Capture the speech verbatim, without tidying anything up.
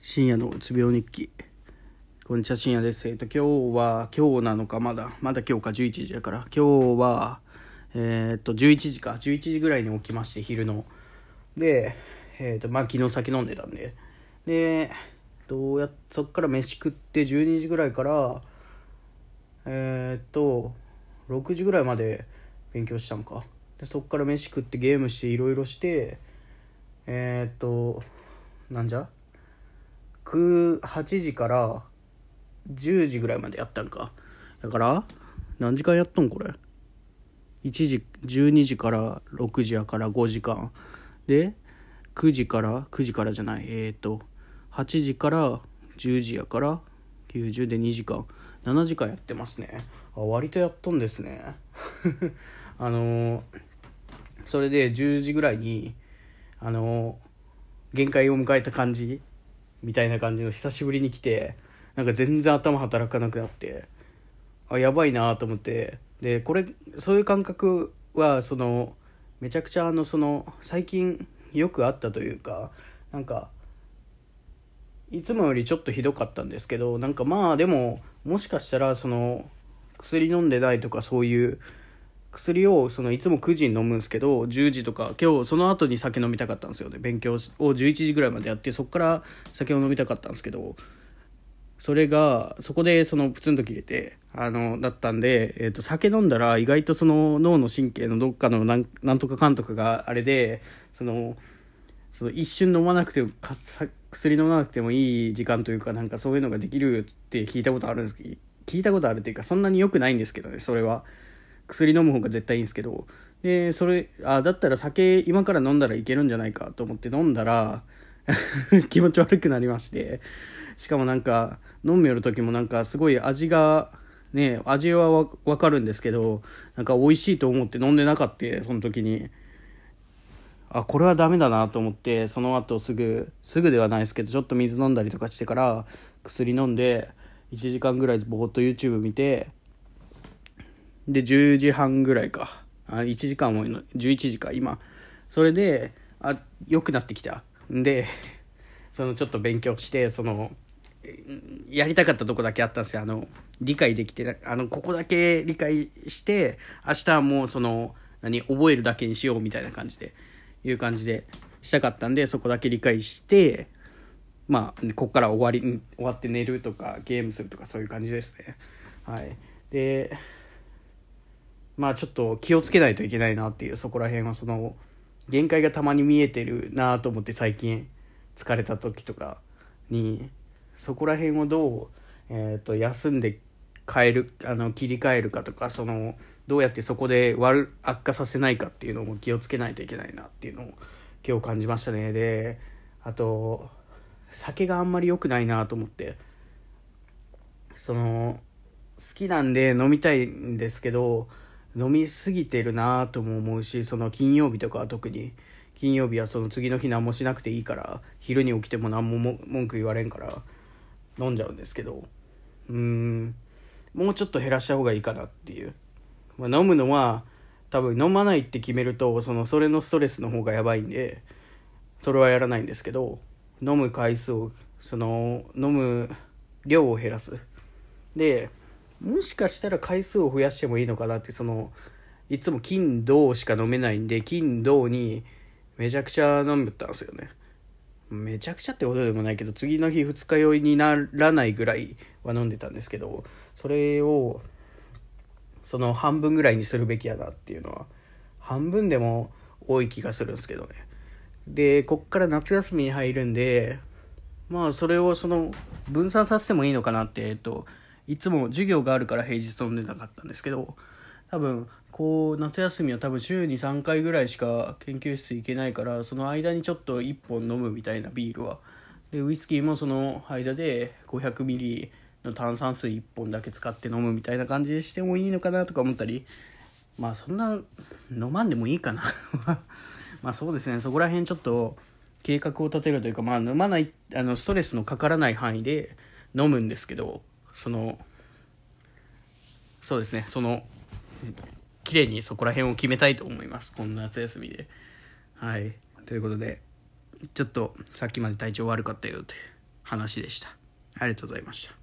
深夜のうつ病日記。こんにちは、深夜です。えっと今日は今日なのかまだまだ今日かじゅういちじだから今日はえっとじゅういちじかじゅういちじぐらいに起きまして、昼のでえっとまあ昨日酒飲んでたんででどうやそっから飯食ってじゅうにじぐらいからえっとろくじぐらいまで勉強したんか。でそっから飯食ってゲームしていろいろしてえっとなんじゃはちじからじゅうじぐらいまでやったんか。だから何時間やっとんこれ。いちじじゅうにじからろくじやからごじかんで、くじからくじからじゃないえっとはちじからじゅうじやからきゅうじゅうでにじかんななじかんやってますね。あ、割とやっとんですねあのー、それでじゅうじぐらいにあのー、限界を迎えた感じみたいな感じの久しぶりに来て、なんか全然頭働かなくなって、あやばいなと思って、でこれそういう感覚はそのめちゃくちゃあのその最近よくあったというか、なんかいつもよりちょっとひどかったんですけど、なんかまあでももしかしたらその薬飲んでないとかそういう薬をそのいつもくじに飲むんですけど、じゅうじとか今日その後に酒飲みたかったんですよね。勉強をじゅういちじぐらいまでやってそこから酒を飲みたかったんですけど、それがそこでそのプツンと切れてあのだったんで、えー、と酒飲んだら意外とその脳の神経のどっかのなんなんとかかんとかがあれで、そのその一瞬飲まなくても薬飲まなくてもいい時間というか、なんかそういうのができるって聞いたことあるんですけど、聞いたことあるっていうかそんなに良くないんですけどね。それは薬飲む方が絶対いいんですけど、でそれあだったら酒今から飲んだらいけるんじゃないかと思って飲んだら気持ち悪くなりまして、しかもなんか飲みよる時もなんかすごい味がね、味はわ分かるんですけど、なんか美味しいと思って飲んでなかった。その時にあこれはダメだなと思って、その後すぐすぐではないですけどちょっと水飲んだりとかしてから薬飲んでいちじかんぐらいぼーっと YouTube 見て、でじゅうじはんぐらいか、あいちじかんもいのじゅういちじか今。それであ良くなってきたんでそのちょっと勉強して、そのやりたかったとこだけあったんですよ。あの理解できて、あのここだけ理解して明日はもうその何覚えるだけにしようみたいな感じでいう感じでしたかったんで、そこだけ理解してまあここから終わり終わって寝るとかゲームするとかそういう感じですね。はい。でまあちょっと気をつけないといけないなっていう、そこら辺はその限界がたまに見えてるなと思って、最近疲れた時とかにそこら辺をどう、えー、と休んで変えるあの切り替えるかとか、そのどうやってそこで悪悪化させないかっていうのも気をつけないといけないなっていうのを今日感じましたね。であと酒があんまり良くないなと思って、その好きなんで飲みたいんですけど飲みすぎてるなとも思うし、その金曜日とかは特に金曜日はその次の日何もしなくていいから昼に起きても何もも文句言われんから飲んじゃうんですけど、うーんもうちょっと減らした方がいいかなっていう、まあ、飲むのは多分飲まないって決めるとそのそれのストレスの方がやばいんでそれはやらないんですけど、飲む回数をその飲む量を減らすで、もしかしたら回数を増やしてもいいのかなって。そのいつも金土しか飲めないんで金土にめちゃくちゃ飲んでたんですよね。めちゃくちゃってことでもないけど次の日二日酔いにならないぐらいは飲んでたんですけど、それをその半分ぐらいにするべきやなっていうのは、半分でも多い気がするんですけどね。でこっから夏休みに入るんで、まあそれをその分散させてもいいのかなって。えっといつも授業があるから平日飲んでなかったんですけど、多分こう夏休みは多分週にさんかいぐらいしか研究室行けないから、その間にちょっといっぽん飲むみたいな、ビールは。でウイスキーもその間で ごひゃくミリ の炭酸水いっぽんだけ使って飲むみたいな感じでしてもいいのかなとか思ったり、まあそんな飲まんでもいいかなまあそうですね、そこら辺ちょっと計画を立てるというか、まあ飲まないあのストレスのかからない範囲で飲むんですけど、そのそうですね、その綺麗にそこら辺を決めたいと思います、この夏休みで。はい、ということでちょっとさっきまで体調悪かったよって話でした。ありがとうございました。